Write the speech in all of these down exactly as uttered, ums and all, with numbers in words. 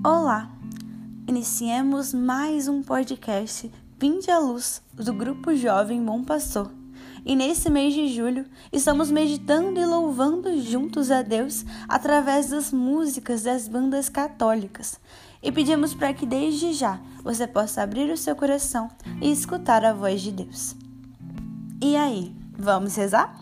Olá! Iniciemos mais um podcast Vinde à Luz do Grupo Jovem Bom Pastor. E nesse mês de julho, estamos meditando e louvando juntos a Deus através das músicas das bandas católicas. E pedimos para que desde já você possa abrir o seu coração e escutar a voz de Deus. E aí, vamos rezar?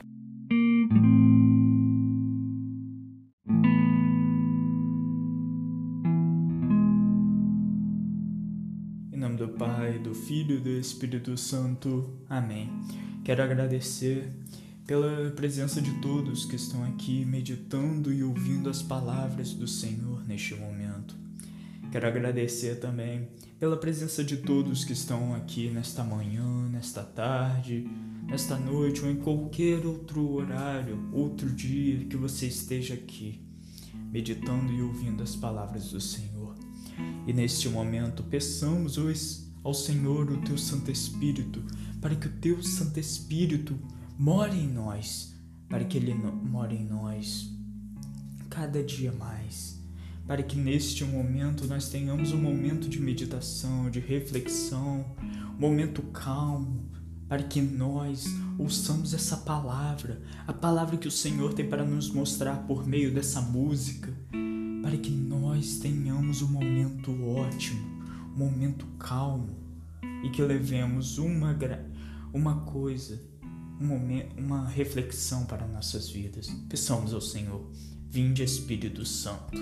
Em nome do Pai, do Filho e do Espírito Santo. Amém. Quero agradecer pela presença de todos que estão aqui meditando e ouvindo as palavras do Senhor neste momento. Quero agradecer também pela presença de todos que estão aqui nesta manhã, nesta tarde, nesta noite ou em qualquer outro horário, outro dia que você esteja aqui, meditando e ouvindo as palavras do Senhor. E neste momento peçamos ao Senhor o Teu Santo Espírito, para que o Teu Santo Espírito more em nós, para que Ele more em nós cada dia mais, para que neste momento nós tenhamos um momento de meditação, de reflexão, um momento calmo, para que nós ouçamos essa palavra, a palavra que o Senhor tem para nos mostrar por meio dessa música, para que nós tenhamos um momento ótimo, um momento calmo e que levemos uma, uma coisa, um momento, uma reflexão para nossas vidas. Peçamos ao Senhor, vinde Espírito Santo.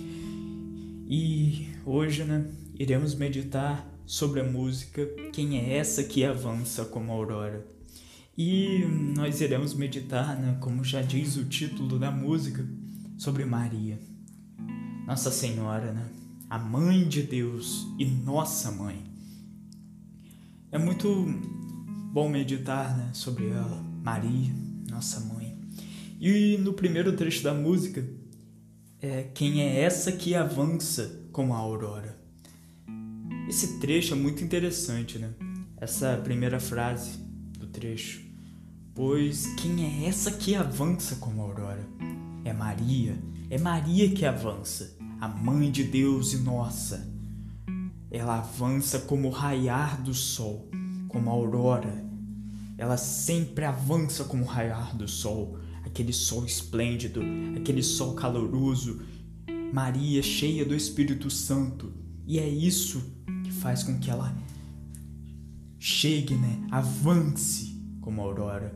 E hoje, né, iremos meditar sobre a música Quem é essa que avança como a aurora? E nós iremos meditar, né, como já diz o título da música, sobre Maria, Nossa Senhora, né? A Mãe de Deus e Nossa Mãe. É muito bom meditar, né, sobre ela, Maria, Nossa Mãe. E no primeiro trecho da música, é quem é essa que avança como a aurora? Esse trecho é muito interessante, né? Essa primeira frase do trecho. Pois quem é essa que avança como a aurora? É Maria. É Maria que avança, a Mãe de Deus e nossa. Ela avança como o raiar do sol, como a aurora. Ela sempre avança como o raiar do sol, aquele sol esplêndido, aquele sol caloroso. Maria cheia do Espírito Santo. E é isso que faz com que ela chegue, né? Avance como a aurora.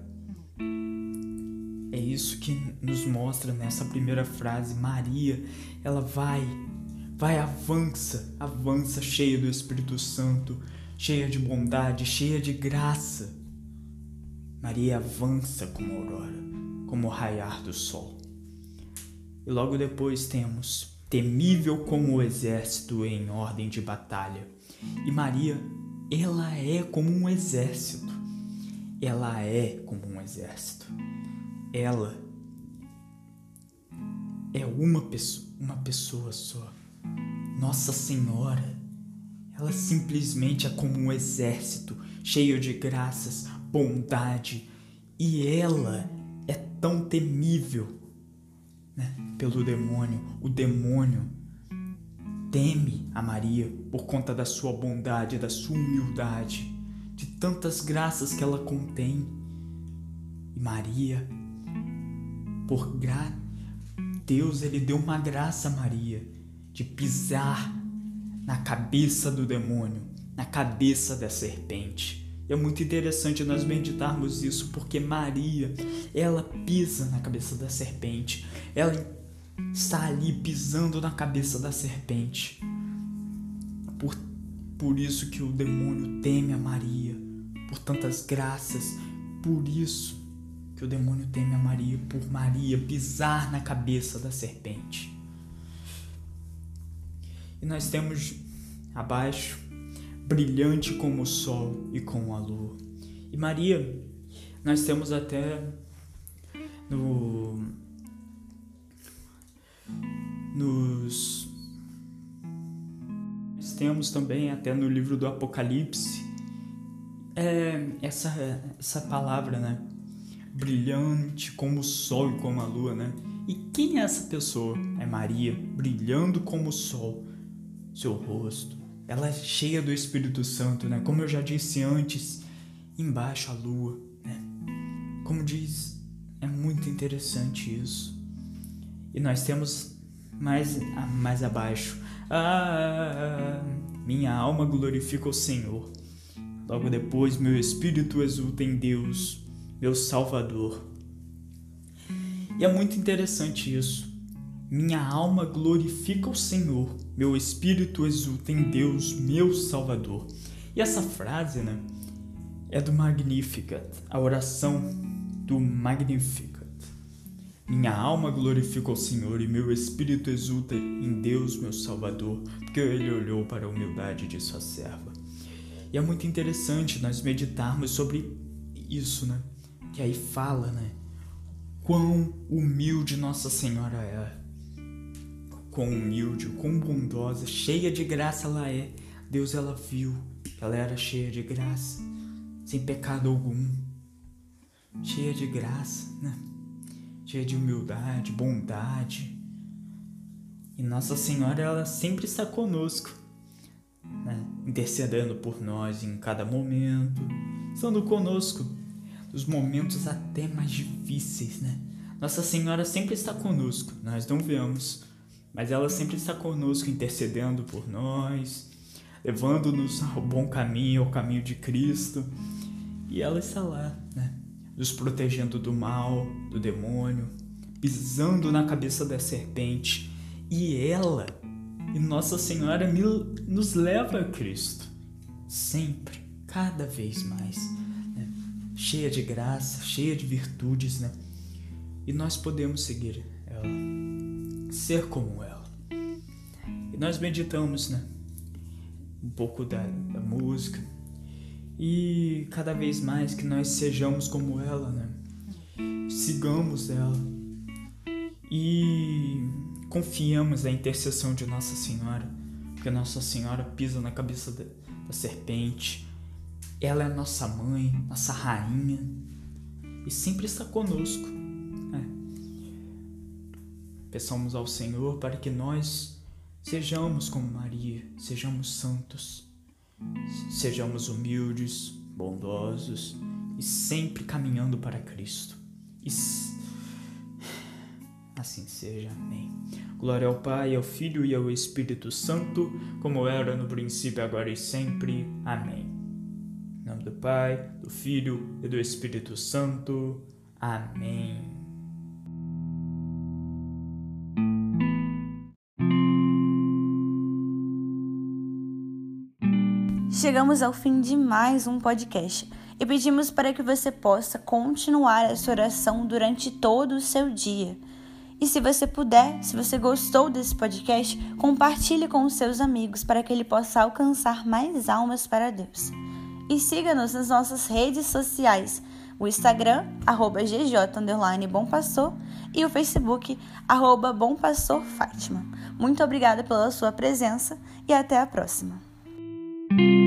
É isso que nos mostra nessa primeira frase. Maria, ela vai, vai, avança, avança cheia do Espírito Santo, cheia de bondade, cheia de graça. Maria avança como a aurora, como o raiar do sol. E logo depois temos temível como o exército em ordem de batalha. E Maria, ela é como um exército. Ela é como um exército. Ela é uma pessoa, uma pessoa só. Nossa Senhora, ela simplesmente é como um exército, cheio de graças, bondade, e ela é tão temível, né, pelo demônio. O demônio teme a Maria por conta da sua bondade, da sua humildade, de tantas graças que ela contém. E Maria, por gra... Deus, ele deu uma graça a Maria de pisar na cabeça do demônio, na cabeça da serpente. E é muito interessante nós meditarmos isso, porque Maria, ela pisa na cabeça da serpente. Ela está ali pisando na cabeça da serpente. Por, por isso que o demônio teme a Maria, por tantas graças, por isso que o demônio teme a Maria, por Maria pisar na cabeça da serpente. E nós temos abaixo, brilhante como o sol e como a lua. E Maria, nós temos até no, nos, nós temos também até no livro do Apocalipse, é, essa, essa palavra, né? brilhante como o sol e como a lua, né? E quem é essa pessoa? É Maria, brilhando como o sol, seu rosto. Ela é cheia do Espírito Santo, né? Como eu já disse antes, embaixo a lua, né? Como diz, é muito interessante isso. E nós temos mais, mais abaixo, ah, minha alma glorifica o Senhor. Logo depois, meu espírito exulta em Deus, meu Salvador. E é muito interessante isso. Minha alma glorifica o Senhor, meu espírito exulta em Deus, meu Salvador. E essa frase, né, é do Magnificat, a oração do Magnificat. Minha alma glorifica o Senhor e meu espírito exulta em Deus, meu Salvador, porque ele olhou para a humildade de sua serva. E é muito interessante nós meditarmos sobre isso, né? Que aí fala, né? Quão humilde Nossa Senhora é. Quão humilde, quão bondosa, cheia de graça ela é. Deus, ela viu que ela era cheia de graça, sem pecado algum. Cheia de graça, né? Cheia de humildade, bondade. E Nossa Senhora, ela sempre está conosco, né? Intercedendo por nós em cada momento, estando conosco nos momentos até mais difíceis, né? Nossa Senhora sempre está conosco, nós não vemos, mas ela sempre está conosco, intercedendo por nós, levando-nos ao bom caminho, ao caminho de Cristo. E ela está lá, né? Nos protegendo do mal, do demônio, pisando na cabeça da serpente. E ela, e Nossa Senhora, nos leva a Cristo, sempre, cada vez mais, né? Cheia de graça, cheia de virtudes, né? E nós podemos seguir ela, ser como ela. E nós meditamos, né, um pouco da, da música, e cada vez mais que nós sejamos como ela, né? Sigamos ela e confiamos na intercessão de Nossa Senhora, porque Nossa Senhora pisa na cabeça da, da serpente. Ela é a nossa mãe, nossa rainha, e sempre está conosco, né? Peçamos ao Senhor para que nós sejamos como Maria, sejamos santos, sejamos humildes, bondosos e sempre caminhando para Cristo. E assim seja. Amém. Glória ao Pai, ao Filho e ao Espírito Santo, como era no princípio, agora e sempre. Amém. Em nome do Pai, do Filho e do Espírito Santo. Amém. Chegamos ao fim de mais um podcast e pedimos para que você possa continuar essa oração durante todo o seu dia. E se você puder, se você gostou desse podcast, compartilhe com os seus amigos para que ele possa alcançar mais almas para Deus. E siga-nos nas nossas redes sociais, o Instagram, arroba gj, underline, Bom Pastor, e o Facebook, arroba Bom Pastor Fátima. Muito obrigada pela sua presença e até a próxima.